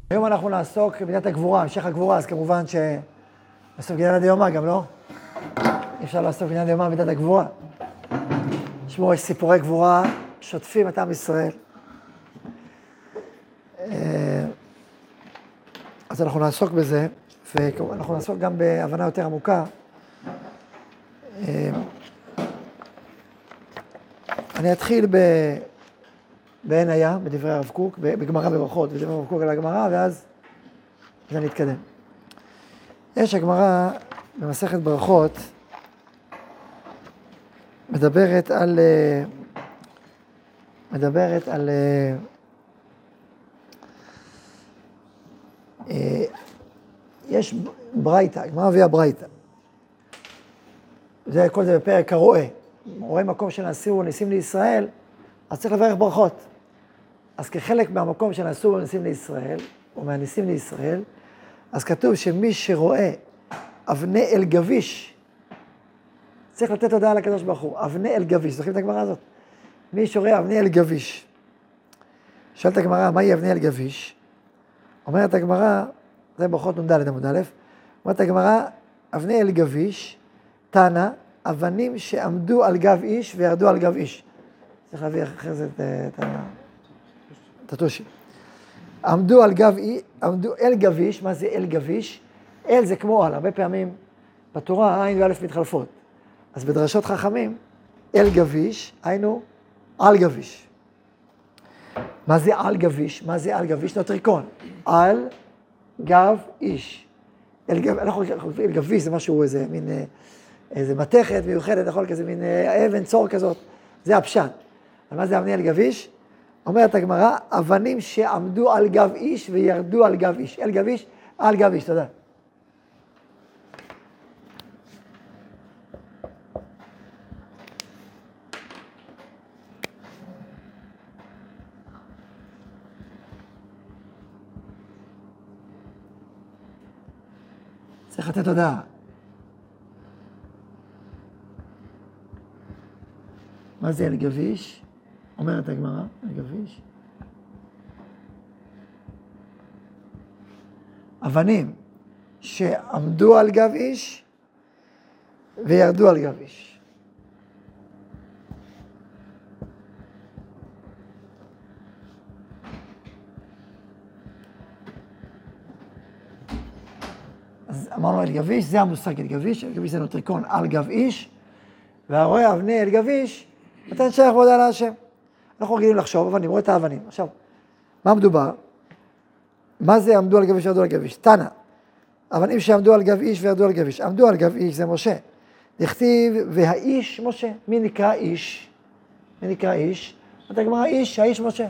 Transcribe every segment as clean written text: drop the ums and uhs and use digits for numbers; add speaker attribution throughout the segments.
Speaker 1: היום אנחנו נעסוק במידת הגבורה, המשך הגבורה, אז כמובן שנעסוק בעניין הדיומה גם, לא? אי אפשר לעסוק בעניין הדיומה במידת הגבורה. שמור, יש סיפורי גבורה שוטפים את עם ישראל. אז אנחנו נעסוק בזה, ואנחנו נעסוק גם בהבנה יותר עמוקה. אני אתחיל בעין הים, בדברי הרב קוק, בגמרא בברכות, בדברי הרב קוק על הגמרא, ואז אני אתקדם. יש הגמרא במסכת ברכות, מדברת על יש ברייתא, הגמרא מביאה ברייתא. כל זה בפרק הרואה. רואה מקום שנעשו ניסים לישראל, אז צריך לברך ברכות. אז כחלק מהמקום שנעשו ניסים לישראל, או מהניסים לישראל, אז כתוב שמי שרואה אבני אל גביש, צריך לתת הודעה לקדוש ברוך הוא, אבני אל גביש, זוכרים את הגמרא הזאת? מי שרואה אבני אל גביש. שואלת הגמרא, מהי אבני אל גביש? אומרת הגמרא, זה ברכות נ"ד עמוד א', אומרת הגמרא, אבני אל גביש, תנא, אבנים שעמדו על גב איש וירדו על גב איש. צריך להביא אחרי זה את התושי. עמדו אל גביש, מה זה אל גביש? אל זה כמו על, הרבה פעמים בתורה עין ואלף מתחלפות. אז בדרשות חכמים, אל גביש, היינו על גביש. מה זה על גביש? מה זה על גביש? נוטריקון. על גב איש. אל גביש זה משהו, איזה מין, איזה מתכת מיוחדת, יכול כזה מין אבן צור כזאת. זה הפשט. אבל מה זה אבני אל גביש? אומרת הגמרא, אבנים שעמדו על גב איש וירדו על גב איש. אל גביש, על גב איש, תודה. צריך לתת הודעה. מה זה אל גביש? אומרת הגמרא, אל גביש. אבנים שעמדו על גב איש וירדו על גב איש. אז אמרנו אל גביש, זה המושג אל גביש, אל גביש זה נוטריקון על גב איש, והרואה אבני אל גביש, נותן שייך ועודה להשם. אנחנו רגילים לחשוב, אבל אני רואה את האבנים. עכשיו, מה מדובר? מה זה עמדו על גב איש וירדו על גב איש? תנא, אבנים שעמדו על גב איש וירדו על גב איש. עמדו על גב איש זה משה. נכתיב, והאיש משה. מי נקרא איש? מי נקרא איש? אתה גמרא איש, האיש משה.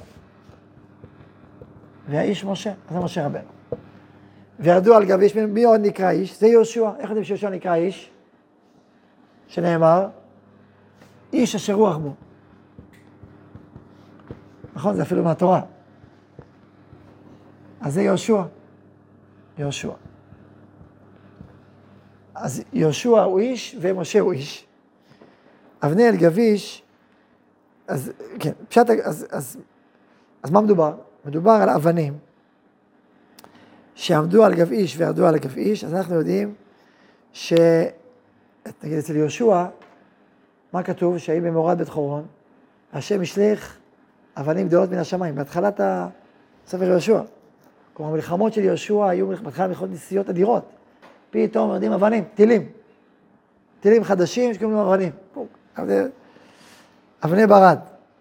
Speaker 1: והאיש משה, זה משה רבנו. וירדו על גב איש, מי עוד נקרא איש? זה יהושע. איך יודעים שיהושע נקרא איש? שנאמר, איש אשר רוח בו. נכון? זה אפילו מהתורה. אז זה יהושע. יהושע. אז יהושע הוא איש ומשה הוא איש. אבני אל גביש, אז כן, פשט, אז מה מדובר? מדובר על אבנים שעמדו על גב איש וירדו על גב איש, אז אנחנו יודעים נגיד אצל יהושע, מה כתוב? שהיא במורד בית חורון, השם השליך אבנים גדולות מן השמיים, בהתחלת ספר יהושע. כלומר, המלחמות של יהושע היו בהתחלה מלחמות ניסיות אדירות. פתאום יודעים אבנים, טילים. טילים חדשים שקוראים להם אבנים. אבני ברד.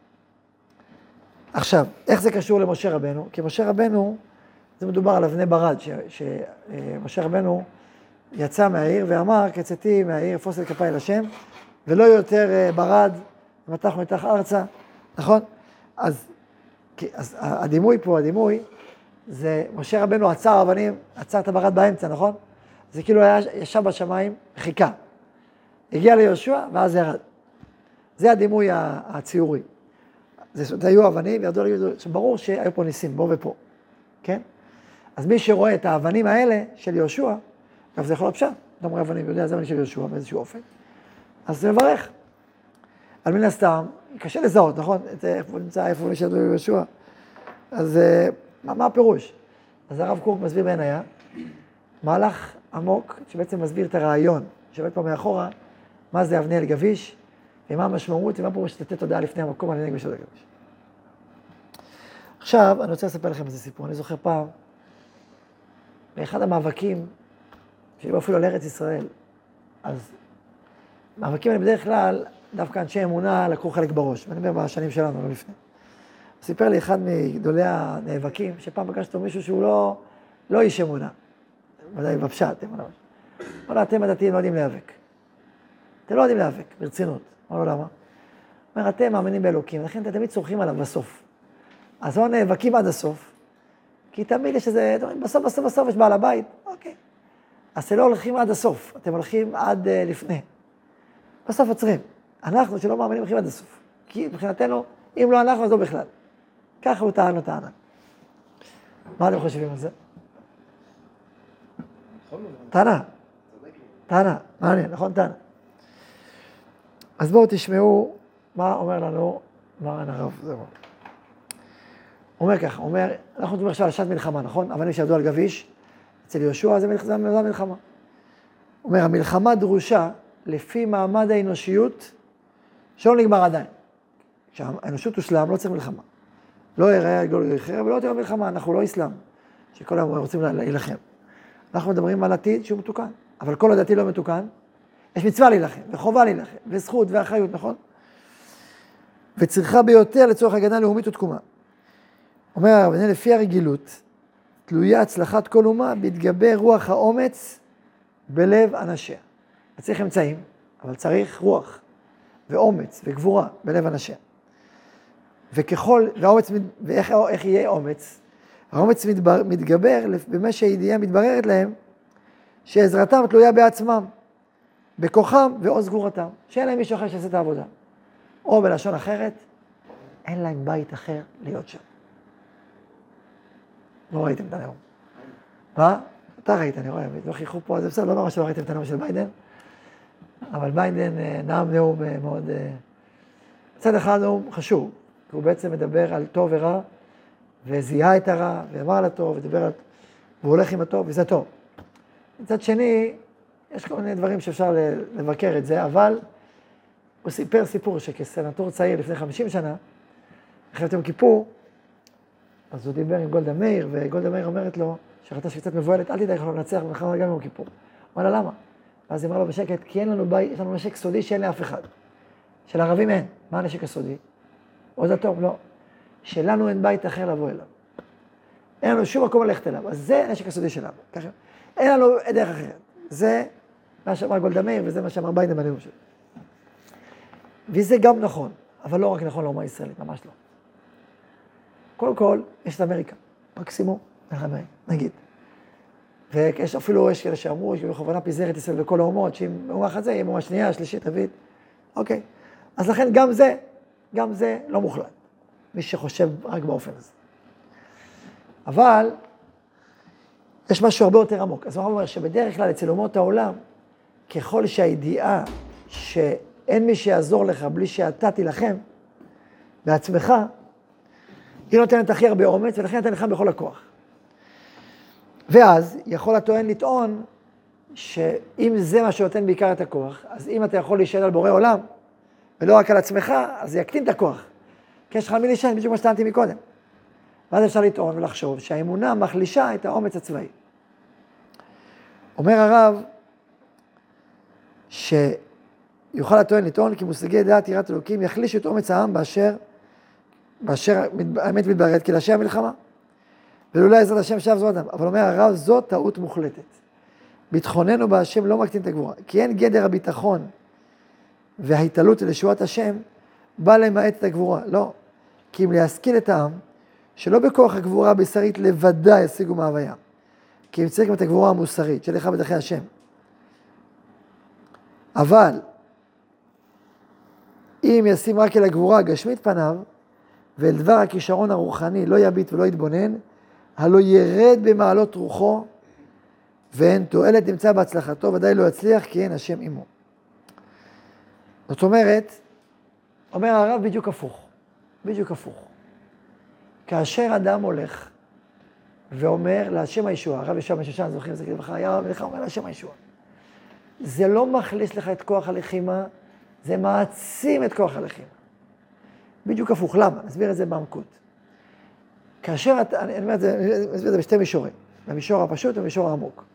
Speaker 1: עכשיו, איך זה קשור למשה רבנו? כי משה רבנו, זה מדובר על אבני ברד, שמשה רבנו יצא מהעיר ואמר, קצתי מהעיר, אפוס אל כפיי לשם, ולא יותר ברד, ומתח מתח ארצה, נכון? אז הדימוי פה, זה משה רבנו עצר אבנים, עצר את הברד באמצע, נכון? זה כאילו היה ישב בשמיים, חיכה. הגיע ליהושע, ואז זה ירד. זה הדימוי הציורי. זה היו אבנים, ירדו לגבי, שברור שהיו פה ניסים, בו ופה, כן? אז מי שרואה את האבנים האלה של יהושע, אגב, זה יכול להיות פשט, אתה אומר אבנים, יודע, זה אבנים של יהושע באיזשהו אופן, אז זה מברך. על מן הסתם, קשה לזהות, נכון? איפה נמצא, איפה מי שידוע יהושע. אז מה הפירוש? אז הרב קוק מסביר בעינייה, מהלך עמוק שבעצם מסביר את הרעיון, שבאת פה מאחורה, מה זה אבני גביש, ומה המשמעות, ומה פה שתתת תודעה לפני המקום על ידי גביש עוד גביש. עכשיו, אני רוצה לספר לכם איזה סיפור. אני זוכר פעם, באחד המאבקים, שהיו אפילו על ארץ ישראל, אז מאבקים האלה בדרך כלל, דווקא אנשי אמונה לקחו חלק בראש, ואני אומר בשנים שלנו, לא לפני. סיפר לי אחד מגדולי הנאבקים, שפעם פגשת מישהו שהוא לא איש אמונה, ודאי בפשט, אמונה. אמר לו, אתם הדתיים לא יודעים להיאבק. אתם לא יודעים להיאבק, ברצינות. אמר לו, למה? אומר, אתם מאמינים באלוקים, לכן אתם תמיד צורכים עליו בסוף. אז לא נאבקים עד הסוף, כי תמיד יש איזה, בסוף יש בעל הבית, אוקיי. אז אתם לא הולכים עד הסוף, אתם הולכים עד לפני. בסוף עוצרים. אנחנו שלא מאמינים הולכים עד הסוף. כי מבחינתנו, אם לא אנחנו, אז לא בכלל. ככה הוא טען. מה אתם חושבים על זה? טענה, מעניין, נכון? טענה. אז בואו תשמעו מה אומר לנו מרן הרב. הוא אומר ככה, אנחנו מדברים עכשיו על שעת מלחמה, נכון? אבנים שעבדו על גביש, אצל יהושע זה מלחמה. אומר, המלחמה דרושה לפי מעמד האנושיות שלא נגמר עדיין. כשהאנושות תושלם, לא צריך מלחמה. לא יראה, לא יחרב, ולא תראה מלחמה, אנחנו לא אסלאם, שכל היום רוצים להילחם. אנחנו מדברים על עתיד שהוא מתוקן, אבל כל עוד עתיד לא מתוקן, יש מצווה להילחם, וחובה להילחם, וזכות ואחריות, נכון? וצריכה ביותר לצורך הגנה לאומית ותקומה. אומר הרב, לפי הרגילות, תלויה הצלחת כל אומה בהתגבר רוח האומץ בלב אנשיה. צריך אמצעים, אבל צריך רוח ואומץ וגבורה בלב אנשיה. ואיך יהיה אומץ? האומץ מתגבר במה שהידיעה מתבררת להם, שעזרתם תלויה בעצמם, בכוחם ועוז גבורתם, שאין להם מישהו אחר שיעשה את העבודה. או בלשון אחרת, אין להם בית אחר להיות שם. לא ראיתם את הנאום. מה? אתה ראית, אני רואה, לא חיכו פה, זה בסדר, לא נורא שלא ראיתם את הנאום של ביידן, אבל ביידן נאם נאום מאוד... מצד אחד נאום חשוב, כי הוא בעצם מדבר על טוב ורע, וזיהה את הרע, ואמר לטוב, והוא הולך עם הטוב, וזה טוב. מצד שני, יש כל מיני דברים שאפשר לבקר את זה, אבל הוא סיפר סיפור שכסנטור צעיר לפני 50 שנה, אחרי יום כיפור, אז הוא דיבר עם גולדה מאיר, וגולדה מאיר אומרת לו, שחתה שקצת מבועלת, אל תדע איך לא לנצח במלחמה גם יום כיפור. הוא אמר לה, למה? ואז היא אמרה לו בשקט, כי אין לנו בית, יש לנו נשק סודי שאין לאף אחד. של ערבים אין. מה הנשק הסודי? עוד הטוב, לא. שלנו אין בית אחר לבוא אליו. אין לנו שום מקום ללכת אליו. אז זה הנשק הסודי שלנו. ככה. אין לנו דרך אחרת. זה מה שאמר גולדה מאיר, וזה מה שאמר ביידן בנאום שלו. וזה גם נכון, אבל לא רק נכון לאומה הישראלית, ממש לא. קודם כל, יש את אמריקה, מקסימום, נגיד. ויש אפילו, יש כאלה שאמרו, יש בכוונה פיזרת ישראל בכל האומות, שאם אומה אחת זה, יהיה אומה שנייה, שלישית, רביעית. אוקיי. אז לכן גם זה לא מוחלט. מי שחושב רק באופן הזה. אבל, יש משהו הרבה יותר עמוק. אז הוא אומר שבדרך כלל אצל אומות העולם, ככל שהידיעה שאין מי שיעזור לך בלי שאתה תילחם בעצמך, היא נותנת הכי הרבה אומץ, ולכן אתה נלחם בכל הכוח. ואז יכול הטוען לטעון שאם זה מה שנותן בעיקר את הכוח, אז אם אתה יכול להישען על בורא עולם, ולא רק על עצמך, אז זה יקטין את הכוח. כי יש לך על מי להישען, בדיוק כמו שטענתי מקודם. ואז אפשר לטעון ולחשוב שהאמונה מחלישה את האומץ הצבאי. אומר הרב, שיוכל הטוען לטעון כי מושגי דעת יראת אלוקים יחלישו את אומץ העם באשר האמת מתבררת כי להשם המלחמה. ולולא עזרת השם שב זו אדם. אבל אומר הרב, זו טעות מוחלטת. ביטחוננו בהשם לא מקטין את הגבורה. כי אין גדר הביטחון וההתעלות לישועת השם בא למעט את הגבורה. לא. כי אם להשכיל את העם, שלא בכוח הגבורה הבשרית לבדה ישיגו מהוויה. כי אם צריך גם את הגבורה המוסרית, שלך בדרכי השם. אבל, אם ישים רק אל הגבורה הגשמית פניו, ואל דבר הכישרון הרוחני לא יביט ולא יתבונן, הלא ירד במעלות רוחו, ואין תועלת נמצא בהצלחתו, ודאי לא יצליח כי אין השם עמו. זאת אומרת, אומר הרב בדיוק הפוך, בדיוק הפוך. כאשר אדם הולך ואומר להשם הישועה, הרב ישוע משושן, זוכרים את זה כדי בחר, היה מלך אומר להשם הישועה. זה לא מחליש לך את כוח הלחימה, זה מעצים את כוח הלחימה. בדיוק הפוך, למה? נסביר את זה בעמקות. כאשר, אני אומר את זה, נסביר את זה בשתי מישורים, במישור הפשוט ובמישור העמוק.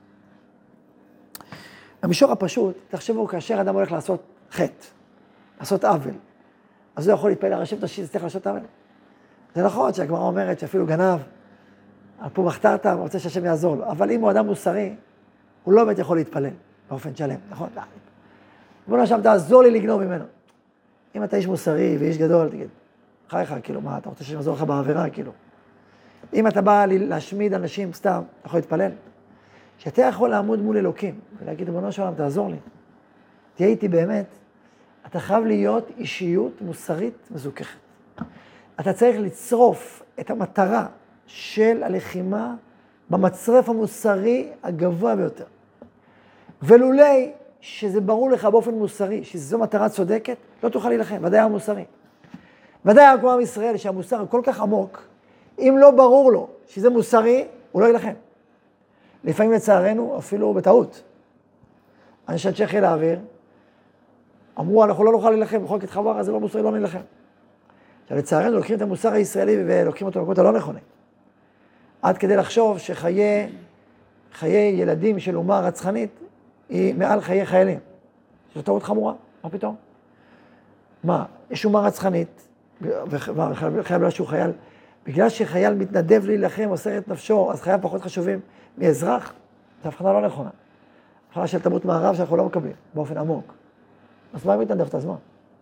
Speaker 1: במישור הפשוט, תחשבו, כאשר אדם הולך לעשות חטא, לעשות עוול, אז הוא יכול להתפעל הרשם תשיב, צריך לעשות עוול. זה נכון שהגמרא אומרת שאפילו גנב, על פה מחתרת, הוא רוצה שהשם יעזור לו, אבל אם הוא אדם מוסרי, הוא לא באמת יכול להתפלל באופן שלם, נכון? בוא נשם, תעזור לי לגנוב ממנו. אם אתה איש מוסרי ואיש גדול, תגיד, חייך, כאילו, מה, אתה רוצה שיעזור לך בעבירה, כאילו. אם אתה בא להשמיד אנשים סתם, אתה יכול להתפלל. שאתה יכול לעמוד מול אלוקים, ולהגיד, ריבונו של עולם, תעזור לי. תהיה איתי באמת. אתה חייב להיות אישיות מוסרית מזוכחת. אתה צריך לצרוף את המטרה של הלחימה במצרף המוסרי הגבוה ביותר. ולולי שזה ברור לך באופן מוסרי, שזו מטרה צודקת, לא תוכל להילחם, ודאי המוסרי. ודאי כמו עם ישראל, שהמוסר כל כך עמוק, אם לא ברור לו שזה מוסרי, הוא לא ילחם. לפעמים לצערנו, אפילו בטעות. אנשי חיל האוויר, אמרו, אנחנו לא נוכל להילחם, בכל כת חווארה, זה לא מוסרי, לא נילחם. עכשיו, לצערנו, לוקחים את המוסר הישראלי ולוקחים אותו במקומות הלא נכונים. עד כדי לחשוב שחיי ילדים של אומה רצחנית, היא מעל חיי חיילים. זו טעות חמורה, מה פתאום? מה, יש אומה רצחנית, וחייל בגלל שהוא חייל, בגלל שחייל מתנדב להילחם, מוסר את נפשו, אז חייו פחות חשובים מאזרח, זו הבחנה לא נכונה. הבחנה של תרבות מערב שאנחנו לא מקבלים, באופן עמוק. אז מה היא מתנדבת הזמן?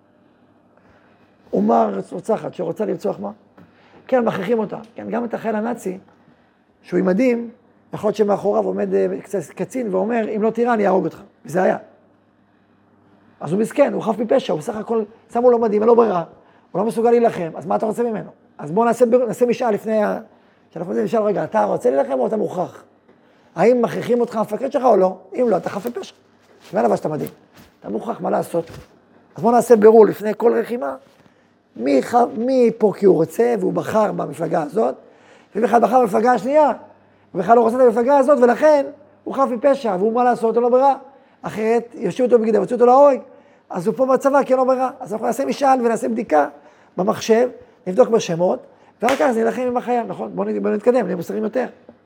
Speaker 1: אומה רוצחת שרוצה לרצוח מה? כן, מכריחים אותה. כן, גם את החייל הנאצי, שהוא עם מדים, יכול להיות שמאחוריו עומד קצין ואומר, אם לא תירה, אני אהרוג אותך. וזה היה. אז הוא מסכן, הוא חף מפשע, הוא בסך הכל, שמו לו מדים, אין לו ברירה, הוא לא מסוגל להילחם, אז מה אתה רוצה ממנו? אז בואו נעשה משאל לפני שאנחנו רוצים לשאול, רגע, אתה רוצה להילחם או אתה מוכרח? האם מכריחים אותך המפקד שלך או לא? אם לא, אתה חף מפשע. ואין לבש את המדים. אתה מוכרח, מה לעשות? אז בואו נעשה בירור לפני כל רחימה, מי פה כי הוא רוצה, והוא בחר במפלגה הזאת, ובכלל בחר במפלגה השנייה, ובכלל לא רוצה את המפלגה הזאת, ולכן הוא חף מפשע, והוא מה לעשות, הוא לא ברירה. אחרת, יושיעו אותו בגדה, יוציאו אותו להורג, אז הוא פה בצבא, כי אין לו ברירה. אז אנחנו נעשה משאל ונעשה בדיקה במחשב, נבדוק בשמות, ורק אז נלחם עם החייל, נכון? בואו נתקדם, נהיה מוסרים יותר.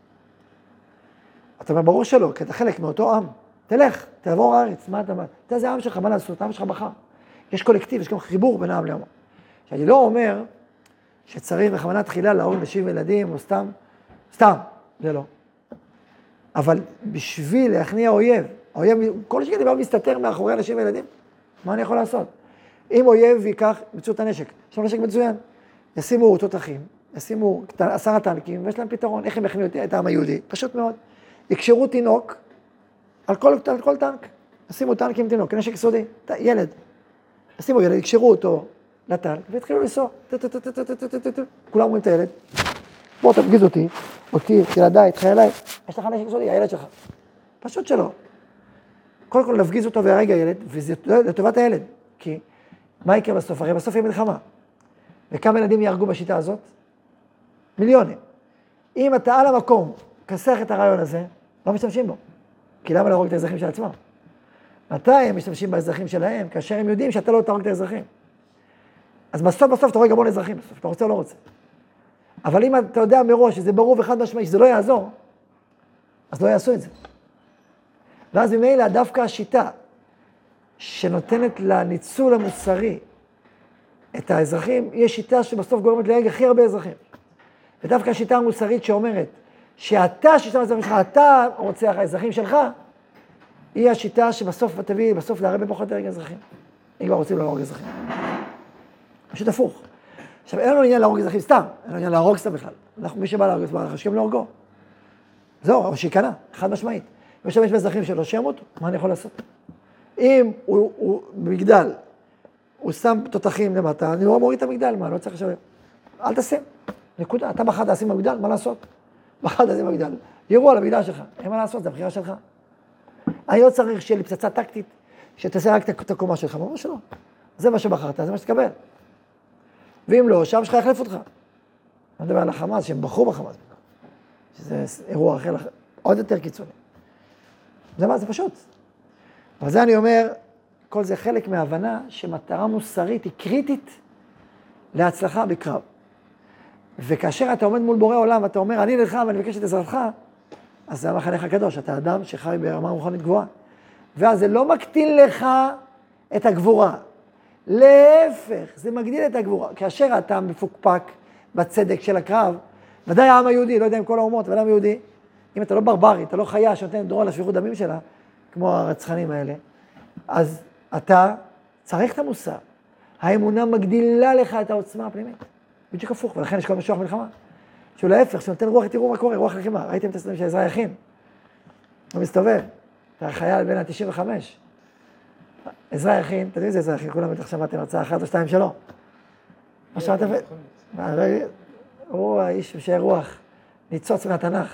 Speaker 1: אתה אומר, ברור שלא, כי אתה חלק מאותו עם. תלך, תעבור הארץ, מה אתה אומר? זה העם שלך, מה לעשות? העם שלך בחר. יש קולקטיב, יש גם חיבור בין העם לעם. שאני לא אומר שצריך בכוונה תחילה להרוג נשים וילדים, או סתם, זה לא. אבל בשביל להכניע אויב, כל שכן דבר מסתתר מאחורי אנשים וילדים, מה אני יכול לעשות? אם אויב ייקח, ימצאו את הנשק, יש לו נשק מצוין, ישימו תותחים, ישימו 10 טנקים, ויש להם פתרון, איך הם יכניעו את העם היהודי? פשוט מאוד. יקשרו תינוק על כל טנק, ישימו טנק עם תינוק, נשק יסודי, ילד. ישימו ילד, יקשרו אותו לטנק, והתחילו לנסוע, כולם אומרים את הילד, בוא תפגיז אותי, ילדיי, את חייליי, יש לך נשק יסודי, הילד שלך. פשוט שלא. קודם כל להפגיז אותו והרגע ילד, וזה לטובת הילד, כי מה יקרה בסוף? הרי בסוף יהיה מלחמה. וכמה ילדים יהרגו בשיטה הזאת? מיליונים. אם אתה על המקום כסח את הרעיון הזה, לא משתמשים בו. כי למה להרוג את האזרחים של עצמם? מתי הם משתמשים באזרחים שלהם, כאשר הם יודעים שאתה לא תהרוג את האזרחים? אז בסוף אתה הורג המון אזרחים, בסוף, אתה רוצה או לא רוצה. אבל אם אתה יודע מראש שזה ברור וחד משמעי, שזה לא יעזור, אז לא יעשו את זה. ואז ממילא דווקא השיטה שנותנת לניצול המוסרי את האזרחים, היא שיטה שבסוף גורמת להרג הכי הרבה אזרחים. ודווקא השיטה המוסרית שאומרת שאתה, שיטה האזרחים שלך, אתה רוצח האזרחים שלך, היא השיטה שבסוף תביא, בסוף להרבה פחות להרג אזרחים. אם כבר רוצים להרוג אזרחים. פשוט הפוך. עכשיו, אין לנו עניין להרוג אזרחים סתם, אין לנו עניין להרוג סתם בכלל. מי שבא להרוג אזרחים, אנחנו חושבים להורגו. זהו, אבל שיקנה, חד משמעית. אם יש באזרחים שלו, שימותו, מה אני יכול לעשות? אם הוא במגדל, הוא שם תותחים למטה, אני לא מוריד את המגדל, מה, לא צריך לשלם. אל תשים, נקודה. אתה בחרת לשים במגדל, מה לעשות? בחרת לשים במגדל. יראו על המגדל שלך, אין מה לעשות, זה הבחירה שלך. אני לא צריך שיהיה לי פצצה טקטית, שתעשה רק את הקומה שלך, ממש לא. זה מה שבחרת, זה מה שתקבל. ואם לא, שם שלך יחליף אותך. אני מדבר על החמאס, שהם בחרו בחמאס. שזה אירוע אחר, עוד יותר קיצוני. זה מה? זה פשוט. אבל זה אני אומר, כל זה חלק מההבנה שמטרה מוסרית היא קריטית להצלחה בקרב. וכאשר אתה עומד מול בורא עולם ואתה אומר, אני לך ואני מבקש את עזרתך, אז זה המחנך הקדוש, אתה אדם שחי ברמה רוחנית גבוהה. ואז זה לא מקטין לך את הגבורה. להפך, זה מגדיל את הגבורה. כאשר אתה מפוקפק בצדק של הקרב, ודאי העם היהודי, לא יודע אם כל האומות, אבל העם היהודי, אם אתה לא ברברי, אתה לא חיה שנותן דרור לשפיכות דמים שלה, כמו הרצחנים האלה, אז אתה צריך את המוסר. האמונה מגדילה לך את העוצמה הפנימית. בדיוק הפוך, ולכן יש כל משוח מלחמה. שהוא להפך, שנותן רוח, תראו מה קורה, רוח לחימה. ראיתם את הסרטים של עזרא יכין? הוא מסתובב, אתה חייל בין ה-95. עזרא יכין, אתה יודעים איזה עזרא יכין, כולם בטח שמעתם הרצאה 1 או 2 שלו. מה שמעתם? הוא האיש משאר רוח, ניצוץ מהתנ"ך.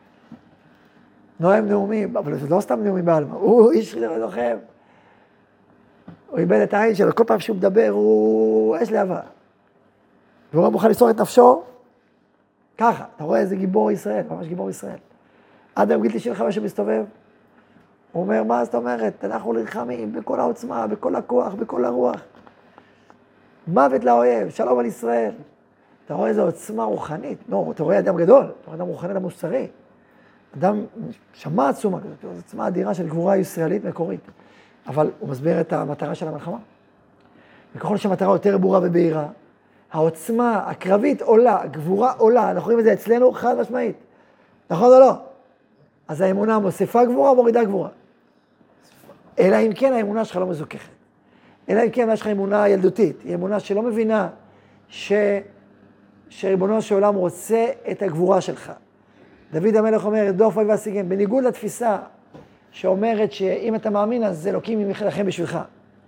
Speaker 1: נואם נאומים, אבל זה לא סתם נאומים בעלמא, הוא איש לוחם. הוא איבד את העין שלו, כל פעם שהוא מדבר, הוא אש להבה. והוא לא מוכן לסור את נפשו, ככה, אתה רואה איזה גיבור ישראל, ממש גיבור ישראל. עד היום גיל 95 שמסתובב, הוא אומר, מה זאת אומרת? אנחנו נלחמים בכל העוצמה, בכל הכוח, בכל הרוח. מוות לאויב, שלום על ישראל. אתה רואה איזו עוצמה רוחנית, לא, אתה רואה אדם גדול, אתה רואה אדם רוחני, אדם מוסרי. אדם שמע עצומה, זו עוצמה אדירה של גבורה ישראלית מקורית. אבל הוא מסביר את המטרה של המלחמה. וככל שהמטרה יותר ברורה ובהירה, העוצמה הקרבית עולה, הגבורה עולה, אנחנו רואים את זה אצלנו חד משמעית. נכון או לא? אז האמונה מוסיפה גבורה או מורידה גבורה? אלא אם כן האמונה שלך לא מזוכחת. אלא אם כן יש לך אמונה ילדותית, היא אמונה שלא מבינה שריבונו של עולם רוצה את הגבורה שלך. דוד המלך אומר, ירדוף אויב ואשיגם, בניגוד לתפיסה שאומרת שאם אתה מאמין, אז אלוקים ילחם בשבילך.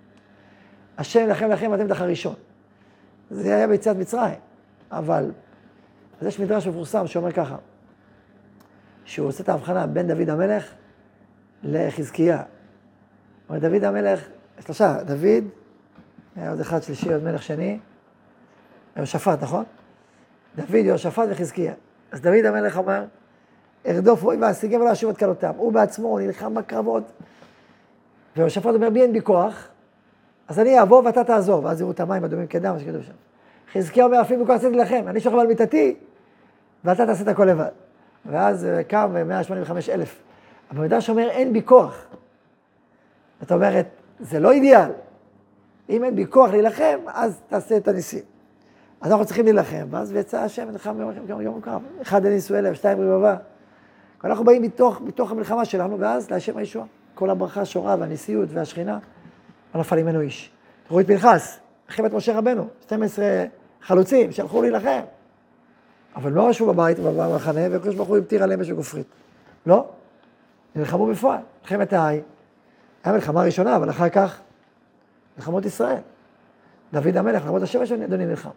Speaker 1: השם ילחם לכם ואתם תחת ראשון. זה היה ביציאת מצרים, אבל אז יש מדרש מפורסם שאומר ככה, שהוא עושה את ההבחנה בין דוד המלך לחזקיה. אומר דוד המלך, 3, דוד, היה עוד אחד שלישי, עוד מלך שני, יהושפט, נכון? דוד, יהושפט וחזקיה. אז דוד המלך אומר, ארדוף אויב ואשיגם ולא אשיב את כלותם. הוא בעצמו, הוא נלחם בקרבות. ויהושפט אומר, בי אין בי כוח, אז אני אעבור ואתה תעזור. ואז יראו את המים אדומים כדם, מה שכתוב שם. חזקיה אומר, אפילו בכוח עשיתי לכם, אני שוכב על מיטתי, ואתה תעשה את הכל לבד. ואז קם 185,000. המדרש אומר, אין בי כוח. זאת אומרת, זה לא אידיאל. אם אין בי כוח להילחם, אז תעשה את הניסים. אז אנחנו צריכים להילחם, ואז ויצא השם ונלחם יום קרב. 1 הניסו 1,000, 2 רבבה. אנחנו באים מתוך המלחמה שלנו, ואז להשם הישועה. כל הברכה, שורה והניסיות והשכינה, לא נפל ממנו איש. תראו את פנחס, אחים את משה רבנו, 12 חלוצים שהלכו להילחם. אבל לא רשו בבית ובמחנה, והקדוש ברוך הוא המטיר עליהם אש וגופרית. לא, נלחמו בפועל. מלחמת האי, היה מלחמה ראשונה, אבל אחר כך מלחמות ישראל. דוד המלך, מלחמות השבע אדוני נלחם.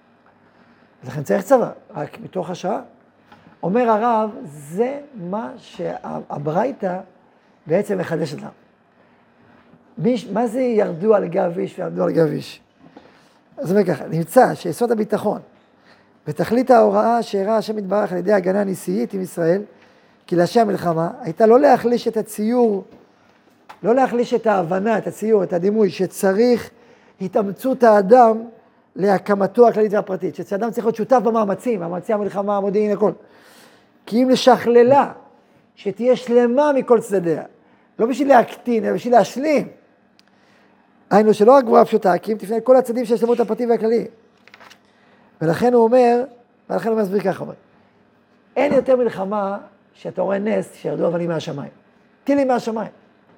Speaker 1: לכן צריך צבא, רק מתוך השעה. אומר הרב, זה מה שהברייתא בעצם מחדשת לה. מה זה ירדו על גב איש וירדו על גב איש? אז אומר ככה, נמצא שיסוד הביטחון ותכלית ההוראה שהראה השם יתברך על ידי הגנה הניסייית עם ישראל, כי לאנשי המלחמה הייתה לא להחליש את הציור, לא להחליש את ההבנה, את הציור, את הדימוי, שצריך התאמצות האדם להקמתו הכללית והפרטית, שאדם צריך להיות שותף במאמצים, מאמצי המלחמה, המודיעין, הכל. כי אם לשכללה, שתהיה שלמה מכל צדדיה, לא בשביל להקטין, אלא בשביל להשלים. היינו שלא רק גבורה פשוטה, כי אם תפנה כל הצדדים של שלמות הפרטי והכללי. ולכן הוא אומר, ולכן הוא מסביר ככה, אומר, אין יותר מלחמה שאתה רואה נס שירדו אבנים מהשמיים. טילים מהשמיים.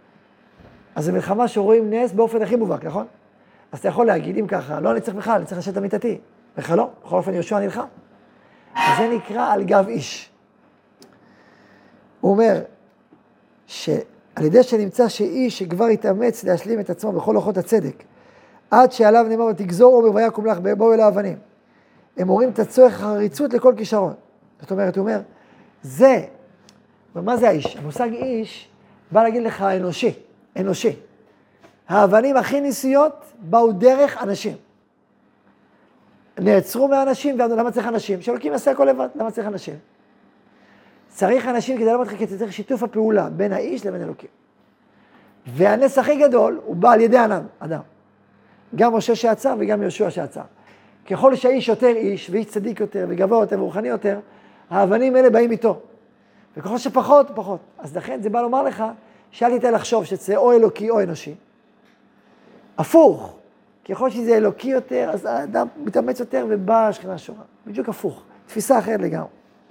Speaker 1: אז זו מלחמה שרואים נס באופן הכי מובהק, נכון? אז אתה יכול להגיד, אם ככה, לא, אני צריך בכלל, אני צריך לשבת אמיתתי. בכלל לא, בכל אופן יהושע נלחם. וזה נקרא על גב איש. הוא אומר שעל ידי שנמצא שאיש שכבר התאמץ להשלים את עצמו בכל אורחות הצדק, עד שעליו נאמר ותגזור עומר ויקום לך באו אל האבנים. הם מורים את הצורך החריצות לכל כישרון. זאת אומרת, הוא אומר, זה, מה זה האיש? המושג איש בא להגיד לך אנושי, אנושי. האבנים הכי ניסיות באו דרך אנשים. נעצרו מהאנשים, למה צריך אנשים? שאלוקים יעשה הכל לבד, למה צריך אנשים? צריך אנשים כדי לא מתחיל, צריך שיתוף הפעולה בין האיש לבין אלוקים. והנס הכי גדול הוא בא על ידי אדם. גם משה שעצר וגם יהושע שעצר. ככל שהאיש יותר איש, ואיש צדיק יותר, וגבוה יותר ורוחני יותר, האבנים האלה באים איתו. וככל שפחות, פחות. אז לכן זה בא לומר לך, שאל תיתן לחשוב שזה או אלוקי או אנושי. הפוך. ככל שזה אלוקי יותר, אז האדם מתאמץ יותר ובא השכינה שורה. בדיוק הפוך. תפיסה אחרת לגמרי.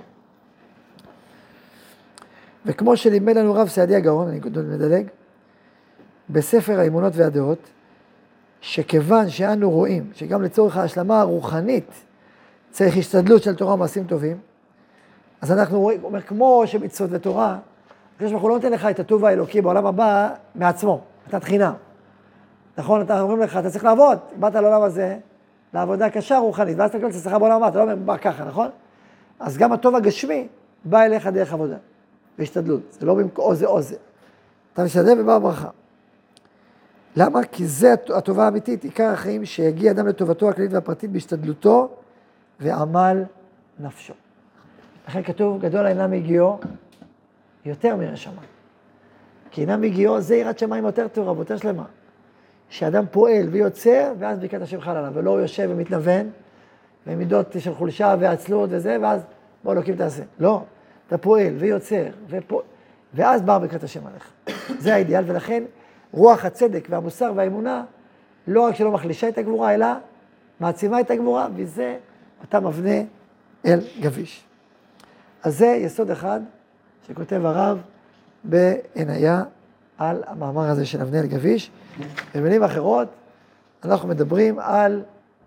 Speaker 1: וכמו שלימד לנו רב סעדיה הגאון, אני מדלג, בספר האמונות והדעות, שכיוון שאנו רואים שגם לצורך ההשלמה הרוחנית צריך השתדלות של תורה ומעשים טובים, אז אנחנו רואים, אומר, כמו שמצוות ותורה, הקדוש ברוך הוא לא נותן לך את הטוב האלוקי בעולם הבא מעצמו, אתה תחינה. נכון, אתה אומרים לך, אתה צריך לעבוד, באת לעולם הזה, לעבודה קשה רוחנית, ואז אתה קבל את השכר בעולם הבא, אתה לא אומר, בא ככה, נכון? אז גם הטוב הגשמי בא אליך דרך עבודה, בהשתדלות, זה לא או זה או זה. אתה משתדל ובא ברכה. למה? כי זה הטובה האמיתית, עיקר החיים שיגיע אדם לטובתו הכללית והפרטית בהשתדלותו ועמל נפשו. לכן כתוב, גדול העינם הגיעו יותר מירא שמיים. כי עינם הגיעו זה יראת שמיים יותר טובה ויותר שלמה. שאדם פועל ויוצר, ואז ברכת השם חל עליו, ולא הוא יושב ומתנוון, ומידות של חולשה ועצלות וזה, ואז בוא אלוקים תעשה. לא, אתה פועל ויוצר, ואז בא ברכת השם עליך. זה האידיאל, ולכן רוח הצדק והמוסר והאמונה, לא רק שלא מחלישה את הגבורה, אלא מעצימה את הגבורה, וזה אתה מבנה אל גביש. אז זה יסוד אחד שכותב הרב בעיניה על המאמר הזה של מבנה אל גביש. במילים אחרות, אנחנו מדברים על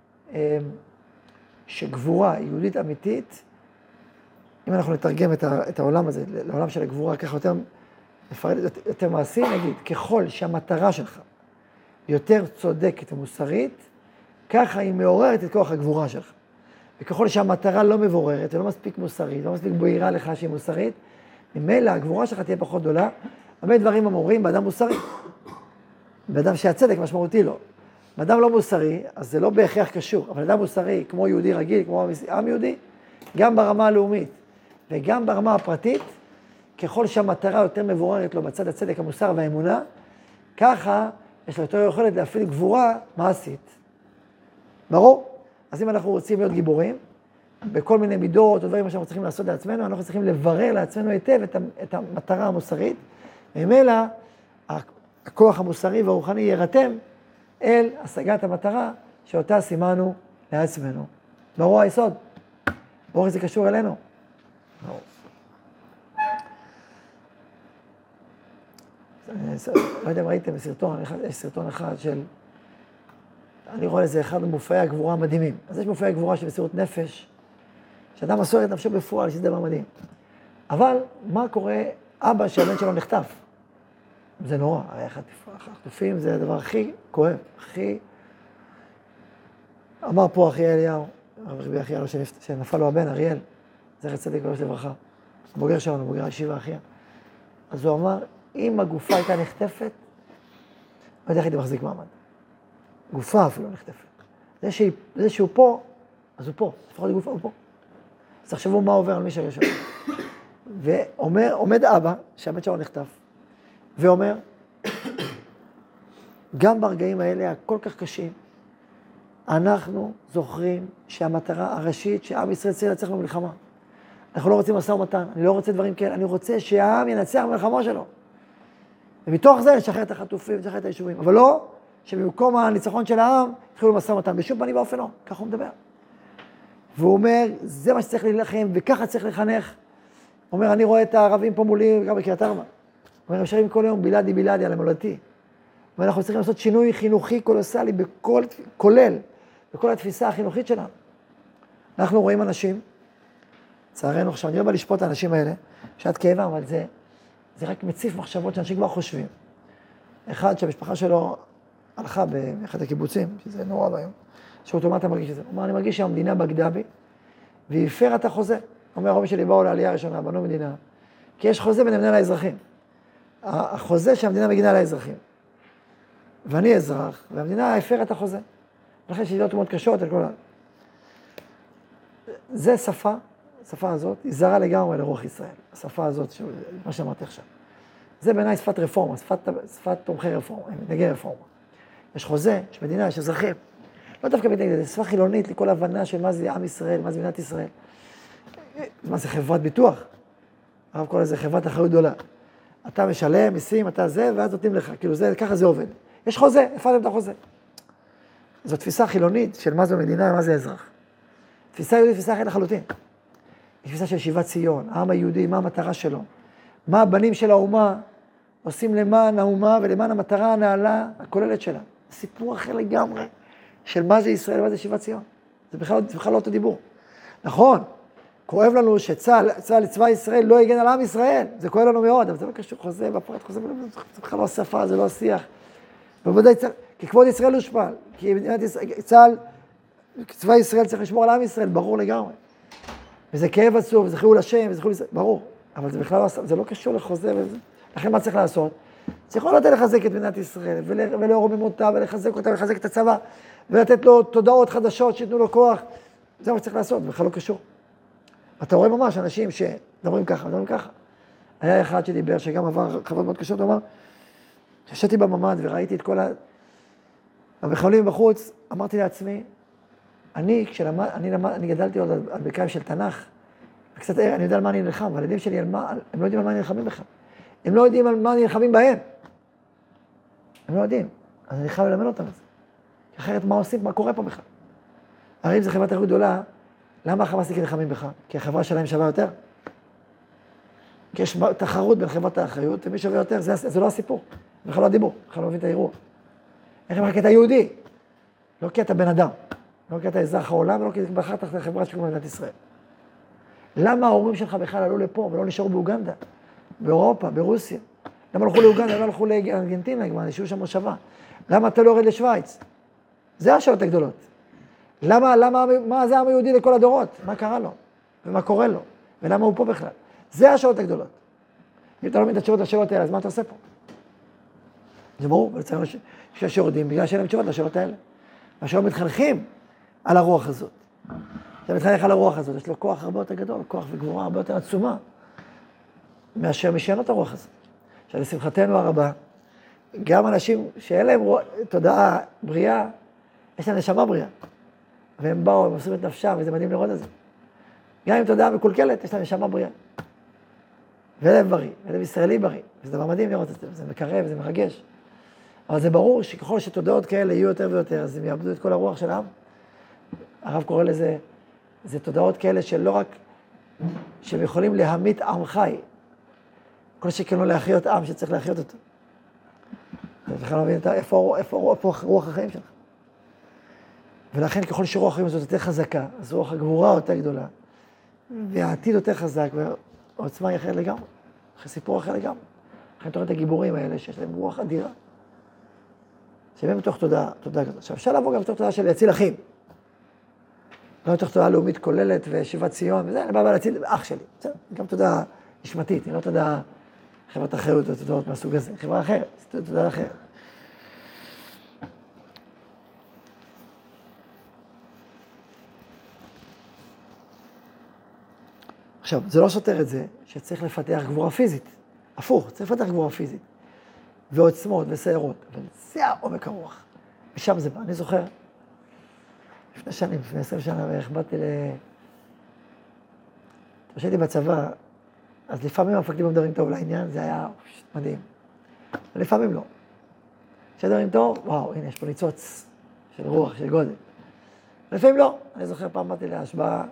Speaker 1: שגבורה יהודית אמיתית, אם אנחנו נתרגם את העולם הזה לעולם של הגבורה, ככה יותר מעשי, נגיד, ככל שהמטרה שלך יותר צודקת ומוסרית, ככה היא מעוררת את כוח הגבורה שלך. וככל שהמטרה לא מבוררת ולא מספיק מוסרית, לא מספיק בוהירה לך שהיא מוסרית, ממילא הגבורה שלך תהיה פחות גדולה. הרבה דברים אמורים באדם מוסרי. באדם שהצדק משמעותי לו. באדם לא מוסרי, אז זה לא בהכרח קשור, אבל אדם מוסרי, כמו יהודי רגיל, כמו עם יהודי, גם ברמה הלאומית וגם ברמה הפרטית, ככל שהמטרה יותר מבוררת לו בצד הצדק, המוסר והאמונה, ככה יש לו יותר יכולת להפעיל גבורה מעשית. ברור? אז אם אנחנו רוצים להיות גיבורים, בכל מיני מידות או דברים שאנחנו צריכים לעשות לעצמנו, אנחנו צריכים לברר לעצמנו היטב את המטרה המוסרית, וממילא הכוח המוסרי והרוחני יירתם אל השגת המטרה שאותה סימנו לעצמנו. ברור היסוד? ברור שזה קשור אלינו? ברור. לא יודע אם ראיתם בסרטון, יש סרטון אחד של, אני רואה לזה אחד ממופעי הגבורה המדהימים. אז יש מופעי הגבורה של מסירות נפש, שאדם מסור את נפשו בפועל, שזה דבר מדהים. אבל מה קורה אבא שהבן שלו נחטף? זה נורא, הרי החטופים זה הדבר הכי כואב, הכי... אמר פה אחי אליהו, רבי אחי אליהו שנפל לו הבן, אריאל, זכר צדיק וקדוש לברכה, הבוגר שלנו, בוגר הישיבה אחיה. אז הוא אמר, אם הגופה הייתה נחטפת, לא יודע איך הייתי מחזיק מעמד. גופה אפילו נחטפת. זה שהוא פה, אז הוא פה, לפחות גופה הוא פה. אז תחשבו מה עובר על מי שיושב. ועומד אבא, שהבן שלו נחטף, ואומר, גם ברגעים האלה הכל כך קשים, אנחנו זוכרים שהמטרה הראשית שעם ישראל צריך לנצח במלחמה. אנחנו לא רוצים משא ומתן, אני לא רוצה דברים כאלה, אני רוצה שהעם ינצח במלחמה שלו. ומתוך זה לשחרר את החטופים, לשחרר את היישובים. אבל לא שבמקום הניצחון של העם התחילו משא ומתן, בשום פנים ואופן לא, ככה הוא מדבר. והוא אומר, זה מה שצריך להילחם, וככה צריך לחנך. הוא אומר, אני רואה את הערבים פה מולי, גם בקריית ארבע. הוא אומר, הם שרים כל היום בלעדי בלעדי על המולדתי. ואנחנו צריכים לעשות שינוי חינוכי קולוסלי כולל, בכל התפיסה החינוכית שלנו. אנחנו רואים אנשים, צערנו עכשיו, אני לא בא לשפוט את האנשים האלה, שעת כאבם, אבל זה רק מציף מחשבות שאנשים כבר חושבים. אחד שהמשפחה שלו הלכה באחד הקיבוצים, שזה נורא לא היום, שהוא אומר, מה אתה מרגיש את זה? הוא אומר, אני מרגיש שהמדינה בגדה בי, והיא הפרה את החוזה. הוא אומר, הרוב שלי באו לעלייה הראשונה, בנו מדינה, כי יש חוזה בין המדינה לאזרחים. החוזה שהמדינה מגינה לאזרחים. ואני אזרח, והמדינה הפרה את החוזה. לכן שאלות מאוד קשות על כל זה שפה, השפה הזאת, היא זרה לגמרי לרוח ישראל. השפה הזאת, מה שאמרתי עכשיו. זה בעיניי שפת רפורמה, שפת תומכי רפורמה, נגי רפורמה. יש חוזה, יש מדינה, יש אזרחים. לא דווקא מתנגד, זה שפה חילונית לכל הבנה של מה זה עם ישראל, מה זה מדינת ישראל. מה זה חברת ביטוח? הרב קורא לזה חברת אחריות גדולה. אתה משלם, מיסים, אתה זה, ואז נותנים לך. כאילו זה, ככה זה עובד. יש חוזה, הפעלתם את החוזה. זו תפיסה חילונית של מה זו מדינה ומה זה אזרח. תפיסה יהודית, תפיסה אחרת לחלוטין. היא תפיסה של שיבת ציון, העם היהודי, מה המטרה שלו. מה הבנים של האומה עושים למען האומה ולמען המטרה הנעלה הכוללת שלה. סיפור אחר לגמרי של מה זה ישראל ומה זה שיבת ציון. זה בכלל לא אותו דיבור. נכון, כואב לנו צבא ישראל לא יגן על עם ישראל. זה כואב לנו מאוד, אבל זה לא קשור חוזה, בפרט חוזה, זה בכלל לא שפה, זה לא שיח. בוודאי צה"ל, כי כבוד ישראל הושפל, כי צבא ישראל צריך לשמור על עם ישראל, ברור לגמרי. וזה כאב עצוב, וזה חילול השם, וזה חילול ישראל, ברור. אבל זה בכלל זה לא קשור לחוזה וזה. לכן מה צריך לעשות? צריך לא לתת לחזק את מדינת ישראל, ולרומם אותה, ולחזק אותה, ולחזק את הצבא, ולתת לו תודעות חדשות, שיתנו לו כוח. זה מה שצריך לעשות, בכלל לא קשור. אתה רואה ממש אנשים שדברים ככה, מדברים ככה. היה אחד שדיבר, שגם עבר חוות מאוד קשות, הוא אמר, כששתי בממ"ד וראיתי את כל המחבלים בחוץ, אמרתי לעצמי, אני גדלתי עוד על ברכיים של תנ"ך, קצת אני יודע על מה אני נלחם, אבל הילדים שלי, הם לא יודעים על מה אני נלחמים בכלל. הם לא יודעים על מה אני נלחמים בהם. הם לא יודעים. אז אני חייב ללמד אותם את זה. אחרת מה עושים, מה קורה פה בכלל? הרי אם זו חברת אחריות גדולה, למה החמאסניקים נלחמים בך? כי החברה שלהם שווה יותר. כי יש תחרות בין חברת האחריות, ומי שווה יותר, זה לא הסיפור. בכלל לא הדיבור, בכלל לא מבין את האירוע. איך הם רק את היהודי? לא כי אתה בן אדם, לא כי אתה אזרח העולם, ולא כי בחרת את החברה שקוראים במדינת ישראל. למה ההורים שלך בכלל עלו לפה ולא נשארו באוגנדה, באירופה, ברוסיה? למה הלכו לאוגנדה, למה הלכו לארגנטינה, כבר נשארו שם מושבה? למה אתה לא יורד לשוויץ? זה השאלות הגדולות. מה זה העם היהודי לכל הדורות? מה קרה לו? ומה קורה לו? ולמה הוא פה בכלל? זה השאלות הגדולות. אם אתה לא מבין את השאלות האלה, אז מה אתה עושה פה? זה ברור, ולצערנו שיש שיורדים בגלל שאין להם תשובות לשאלות האלה. והשאלות מתחנכים על הרוח הזאת. אתה מתחנך על הרוח הזאת, יש לו כוח הרבה יותר גדול, כוח וגבורה הרבה יותר עצומה, מאשר משענות הרוח הזאת. עכשיו, לשמחתנו הרבה, גם אנשים שאין להם תודעה בריאה, יש להם נשמה בריאה. והם באו, הם עושים את נפשם, וזה מדהים לראות את זה. גם עם תודעה מקולקלת, יש להם נשמה בריאה. ולב בריא, ולב ישראלי בריא. וזה דבר מדהים לראות את זה, זה מקרב, זה מרגש. אבל זה ברור שככל שתודעות כאלה יהיו יותר ויותר, אז הם יאבדו את כל הרוח של העם. הרב קורא לזה, זה תודעות כאלה שלא רק שהם יכולים להמית עם חי, כל שכן לא להחיות עם שצריך להחיות אותו. אתה בכלל לא מבין איפה רוח החיים שלך. ולכן ככל שרוח החיים הזאת יותר חזקה, אז רוח הגבורה יותר גדולה, והעתיד יותר חזק, והעוצמה היא אחרת לגמרי, אחרי סיפור אחר לגמרי. לכן אתה רואה את הגיבורים האלה שיש להם רוח אדירה. שבאים בתוך תודעה כזאת. עכשיו אפשר לעבור גם בתוך תודעה של להציל אחים. לא בתוך תודעה לאומית כוללת ושיבת ציון, וזה, אני בא להציל אח שלי. גם תודעה נשמתית, היא לא תודעה חברת אחריות או תודעות מהסוג הזה, חברה אחרת, תודעה אחרת. עכשיו, זה לא סותר את זה שצריך לפתח גבורה פיזית. הפוך, צריך לפתח גבורה פיזית. ועוצמות וסיירות, אבל זה העומק הרוח. ושם זה בא. אני זוכר, לפני 20 שנה, ואיך באתי כשהייתי בצבא, אז לפעמים המפקדים מדברים טוב לעניין, זה היה מדהים. ולפעמים לא. כשדברים טוב, וואו, הנה, יש פה ניצוץ של רוח, של גודל. לפעמים לא. אני זוכר פעם באתי להשבעה,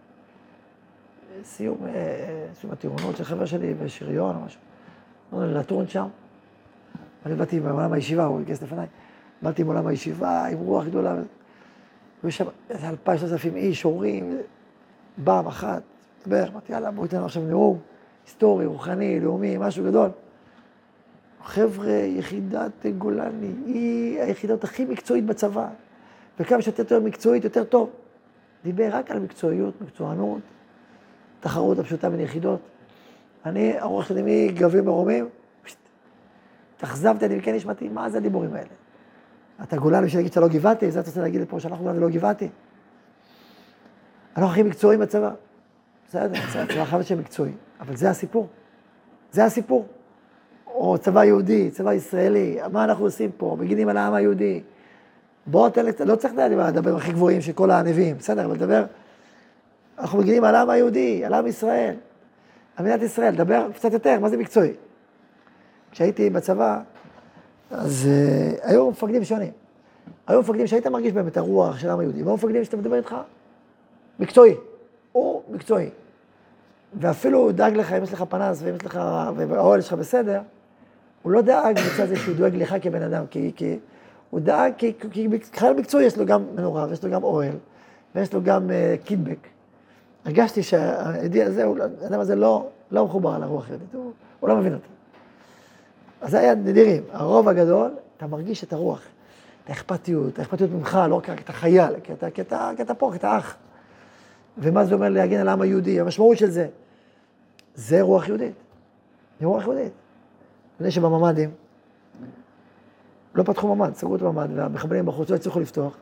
Speaker 1: סיום הטירונות של חבר שלי בשריון או משהו. לטורן שם. אני באתי מעולם הישיבה, הוא הגייס לפניי. באתי מעולם הישיבה עם רוח גדולה. והיו שם 2,000-3,000 איש, הורים, בא מח"ט, דבר, אמרתי, יאללה, בואו איתנו עכשיו נאום, היסטורי, רוחני, לאומי, משהו גדול. חבר'ה, יחידת גולני, היא היחידות הכי מקצועית בצבא. וכמה שיותר מקצועית, יותר טוב. דיבר רק על מקצועיות, מקצוענות, תחרות הפשוטה בין יחידות. אני, הרוח שלי מגבים מרומים, תחזבתי, אני מכן נשמעתי, מה זה הדיבורים האלה? אתה גולן בשביל להגיד שאתה לא גבעתי, זה אתה רוצה להגיד לפה שאנחנו גולן ולא גבעתי. אנחנו הכי מקצועיים בצבא. בסדר, צבא חייב להיות מקצועי, אבל זה הסיפור. זה הסיפור. או צבא יהודי, צבא ישראלי, מה אנחנו עושים פה? מגינים על העם היהודי. בוא, לא צריך לדבר הכי גבוהים של כל הנביאים, בסדר, אבל לדבר, אנחנו מגינים על העם היהודי, על עם ישראל, על מדינת ישראל, לדבר קצת יותר, מה זה מקצועי? כשהייתי בצבא, אז היו מפקדים שונים. היו מפקדים שהיית מרגיש בהם את הרוח של העם היהודי, והיו מפקדים שאתה מדבר איתך, מקצועי, הוא מקצועי. ואפילו הוא דאג לך, אם יש לך פנס, ואם יש לך, והאוהל שלך בסדר, הוא לא דאג מצד זה שהוא דואג לך כבן אדם, כי הוא דאג, כי חייל מקצועי יש לו גם מנורה, ויש לו גם אוהל, ויש לו גם קידבק. הרגשתי שהיהודי הזה, האדם הזה לא מחובר על הרוח היהודית, הוא לא מבין אותה. אז זה היה נדירים. הרוב הגדול, אתה מרגיש את הרוח, את האכפתיות ממך, לא רק את החייל, כי אתה פה, כי אתה אח. ומה זה אומר להגן על העם היהודי? המשמעות של זה, זה רוח יהודית. זה רוח יהודית. לפני שבממ"דים, לא פתחו ממ"ד, סגרו את הממ"ד, והמחבלים בחוץ לא הצליחו לפתוח.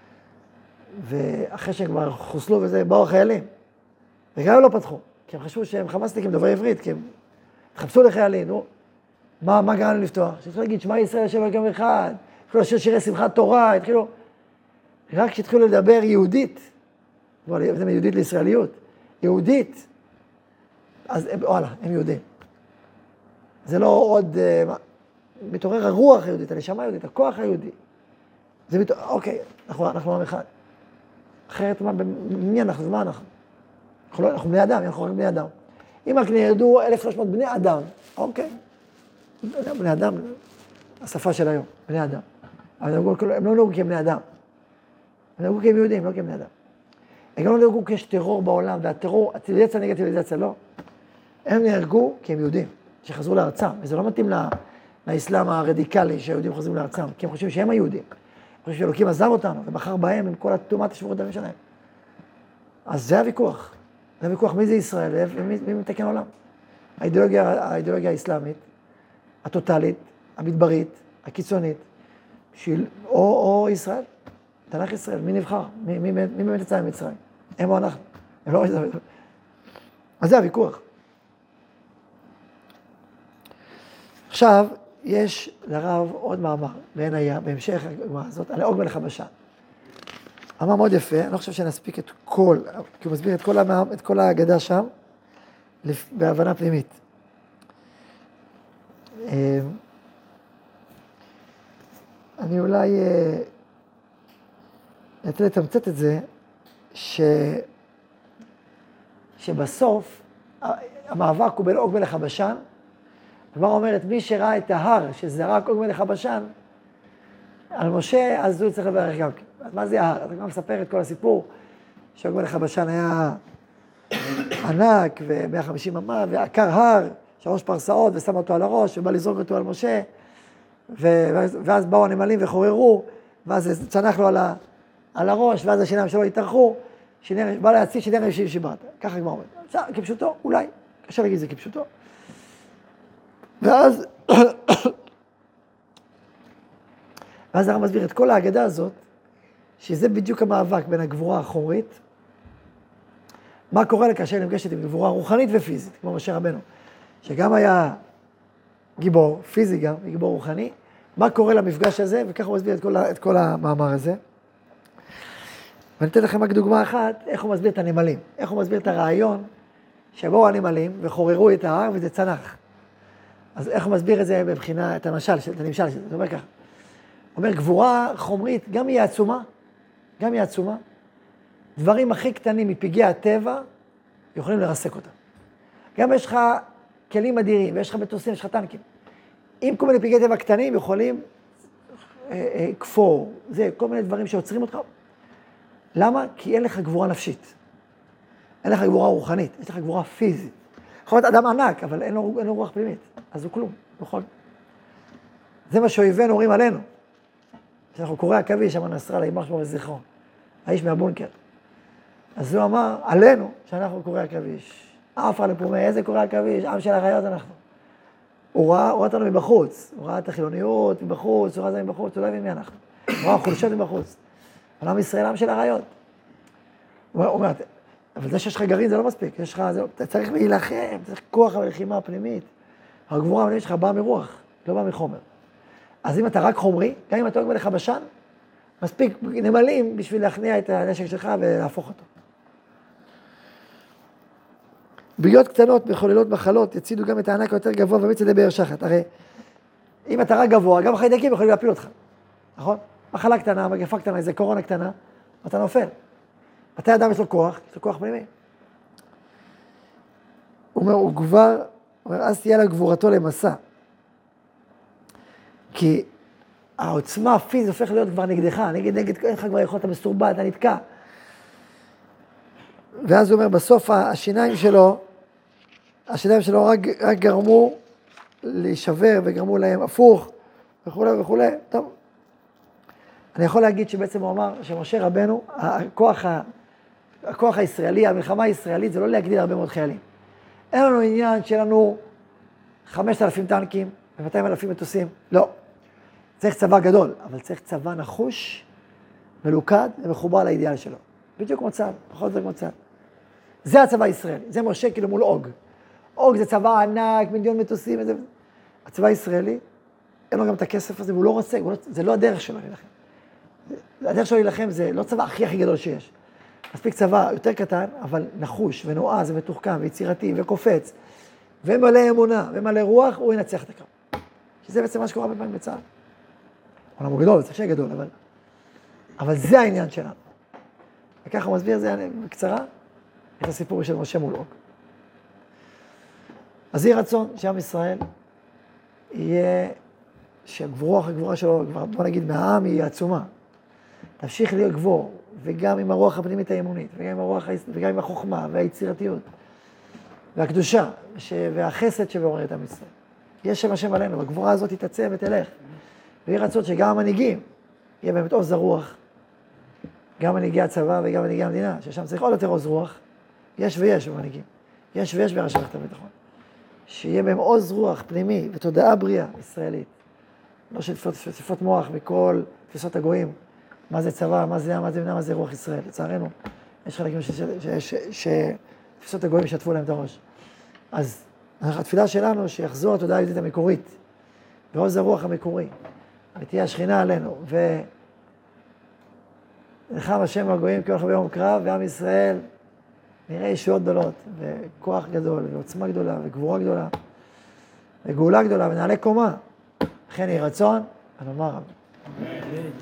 Speaker 1: ואחרי שהם כבר חוסלו וזה, באו החיילים. וגם הם לא פתחו, כי הם חשבו שהם חמאסניקים דוברי עברית, כי הם התחפשו לחיילים, נו. מה גרם להם לפתוח? שהתחילו להגיד, שמע ישראל השם אלוהינו אחד, התחילו לשיר שירי שמחת תורה, התחילו... רק כשהתחילו לדבר יהודית, זה מיהודית לישראליות, יהודית, אז וואלה, הם יהודים. זה לא עוד... מתעורר הרוח היהודית, הנשמה היהודית, הכוח היהודי. זה אוקיי, אנחנו עם אחד. אחרת, מי אנחנו? מה אנחנו? אנחנו בני אדם, אנחנו רק בני אדם. אם רק נרדו 1,300 בני אדם, אוקיי. בני אדם, השפה של היום, בני אדם. אבל הם לא נהוגו כבני אדם. הם נהוגו כהם יהודים, לא כבני אדם. הם גם לא נהרגו כי יש טרור בעולם, והטרור, הציביליזציה נגד ציביליזציה, לא. הם נהרגו כי הם יהודים, שחזרו לארצם, וזה לא מתאים לאסלאם הרדיקלי שהיהודים חוזרים לארצם, כי הם חושבים שהם היהודים. הם חושבים שאלוקים עזב אותנו, ובחר בהם עם כל התאומת השבועות דמים שלהם. אז זה הוויכוח. זה הוויכוח מי זה ישראל ומי מתקן עולם. האידיאולוגיה האסלאמית, הטוטלית, המדברית, הקיצונית, או ישראל, תנ"ך ישראל, מי נבחר? מי באמת יצא ממצרים? הם או אנחנו. הם לא... אז זה הוויכוח. עכשיו, יש לרב עוד מאמר, בעין היה, בהמשך הגמרא הזאת, על עוג מלך הבשן. מאמר מאוד יפה, אני לא חושב שנספיק את כל, כי הוא מסביר את כל ההגדה שם, בהבנה פנימית. אני אולי נתן לתמצת את זה, שבסוף המאבק הוא בין עוג מלך הבשן, הגמרא אומרת, מי שראה את ההר שזרק עוג מלך הבשן על משה, אז הוא צריך לברך גם כן. אז מה זה ההר? אז הגמרא מספר את כל הסיפור, שעוג מלך הבשן היה ענק ו-150 אמה, ועקר הר, 3 פרסאות, ושם אותו על הראש, ובא לזרוק אותו על משה, ואז באו הנמלים וחוררו, ואז צנח לו על הראש, ואז השיניים שלו התארחו, בא להציל שני רעשים שיברת. ככה הגמרא אומרת. כפשוטו, אולי, קשה להגיד זה כפשוטו. ואז הרב מסביר את כל ההגדה הזאת, שזה בדיוק המאבק בין הגבורה החומרית, מה קורה לה כאשר נפגשת עם גבורה רוחנית ופיזית, כמו משה רבנו, שגם היה גיבור, פיזי גם, גיבור רוחני, מה קורה למפגש הזה, וככה הוא מסביר את כל המאמר הזה. ואני אתן לכם רק דוגמה אחת, איך הוא מסביר את הנמלים, איך הוא מסביר את הרעיון, שבאו הנמלים וחוררו את ההר וזה צנח. אז איך הוא מסביר את זה מבחינה, את הנמשל של זה? זאת אומרת ככה. הוא אומר, גבורה חומרית, גם היא עצומה, דברים הכי קטנים מפגעי הטבע, יכולים לרסק אותם. גם יש לך כלים אדירים, ויש לך מטוסים, יש לך טנקים. אם כל מיני פגעי טבע קטנים יכולים כפור, זה כל מיני דברים שעוצרים אותך. למה? כי אין לך גבורה נפשית. אין לך גבורה רוחנית, יש לך גבורה פיזית. יכול להיות אדם ענק, אבל אין לו רוח פנימית. אז הוא כלום, נכון? זה מה שאויבינו אומרים עלינו. כשאנחנו קורא עכביש, אמר נסראללה, יימח שמו וזכרו, האיש מהבונקר. אז הוא אמר עלינו, שאנחנו קורא עכביש. עפרא לפומיה, איזה קורא עכביש? עם של החיות אנחנו. הוא ראה אותנו מבחוץ, הוא ראה את החילוניות מבחוץ, הוא ראה זה מבחוץ, הוא לא הבין מי אנחנו. הוא ראה חולשות מבחוץ. אבל עם ישראל, עם של החיות. הוא אומר, אבל זה שיש לך גרעין זה לא מספיק, יש לך, אתה צריך להילחם, צריך כוח הלחימה הפנימית. הגבורה הפנימית שלך באה מרוח, לא באה מחומר. אז אם אתה רק חומרי, גם אם אתה הולך בלך בשן, מספיק נמלים בשביל להכניע את הנשק שלך ולהפוך אותו. בריות קטנות מחוללות מחלות, יצידו גם את הענק היותר גבוה ומיץ ידי באר שחת. הרי אם אתה רק גבוה, גם החיידקים יכולים להפיל אותך, נכון? מחלה קטנה, מגפה קטנה, איזה קורונה קטנה, אתה נופל. מתי אדם יש לו כוח פנימי. הוא כבר, אז תהיה לה גבורתו למסע. כי העוצמה הפיזית הופך להיות כבר נגדך, נגד, אין לך כבר יכול, אתה מסורבד, אתה נתקע. ואז הוא אומר, בסוף השיניים שלו רק גרמו להישבר וגרמו להם הפוך וכו'. טוב. אני יכול להגיד שבעצם הוא אמר שמשה רבנו, הכוח הישראלי, המלחמה הישראלית, זה לא להגדיל הרבה מאוד חיילים. אין לנו עניין שיהיה לנו 5,000 טנקים ו200,000 מטוסים, לא. צריך צבא גדול, אבל צריך צבא נחוש, מלוכד ומחובר לאידיאל שלו. בדיוק כמו צה"ל, פחות זה כמו צה"ל. זה הצבא הישראלי, זה משה כאילו מול אוג. אוג זה צבא ענק, 1,000,000 מטוסים, וזה. הצבא הישראלי, אין לו גם את הכסף הזה, והוא לא רוצה, זה לא הדרך שלו להילחם. הדרך שלו להילחם זה לא צבא הכי גדול שיש. מספיק צבא יותר קטן, אבל נחוש ונועז ומתוחכם ויצירתי וקופץ, ומלא אמונה ומלא רוח, הוא ינצח את הקרב. שזה בעצם מה שקורה הרבה פעמים בצה"ל. עולם הוא גדול, צריך שיהיה גדול, אבל זה העניין שלנו. וככה הוא מסביר זה בקצרה, את הסיפור של משה מול אוג. אז יהיה רצון שעם ישראל יהיה, הגבורה שלו, בוא נגיד מהעם, היא עצומה. תמשיך להיות גבור, וגם עם הרוח הפנימית האמונית, וגם עם החוכמה והיצירתיות, והקדושה, והחסד שבעורר את עם ישראל. יש שם השם עלינו, הגבורה הזאת תתעצם ותלך. ויהיה רצון שגם המנהיגים, יהיה באמת עוז הרוח, גם מנהיגי הצבא וגם מנהיגי המדינה, ששם צריך עוד יותר עוז רוח, יש ויש במנהיגים, יש ויש בראשי מערכת הביטחון. שיהיה בהם עוז רוח פנימי ותודעה בריאה ישראלית, לא של תפיסות מוח מכל תפיסות הגויים, מה זה צבא, מה זה מדינה, מה זה רוח ישראל. לצערנו, יש חלקים שתפיסות הגויים ישתפו להם את הראש. אז התפילה שלנו שיחזור התודעה היהודית המקורית, ועוז הרוח המקורי, ותהיה השכינה עלינו, ונלחם השם הגויים כהולך ביום קרב, ועם ישראל נראה ישועות גדולות, וכוח גדול, ועוצמה גדולה, וגבורה גדולה, וגאולה גדולה, ונעלה קומה. לכן יהי רצון, ונאמר רבי.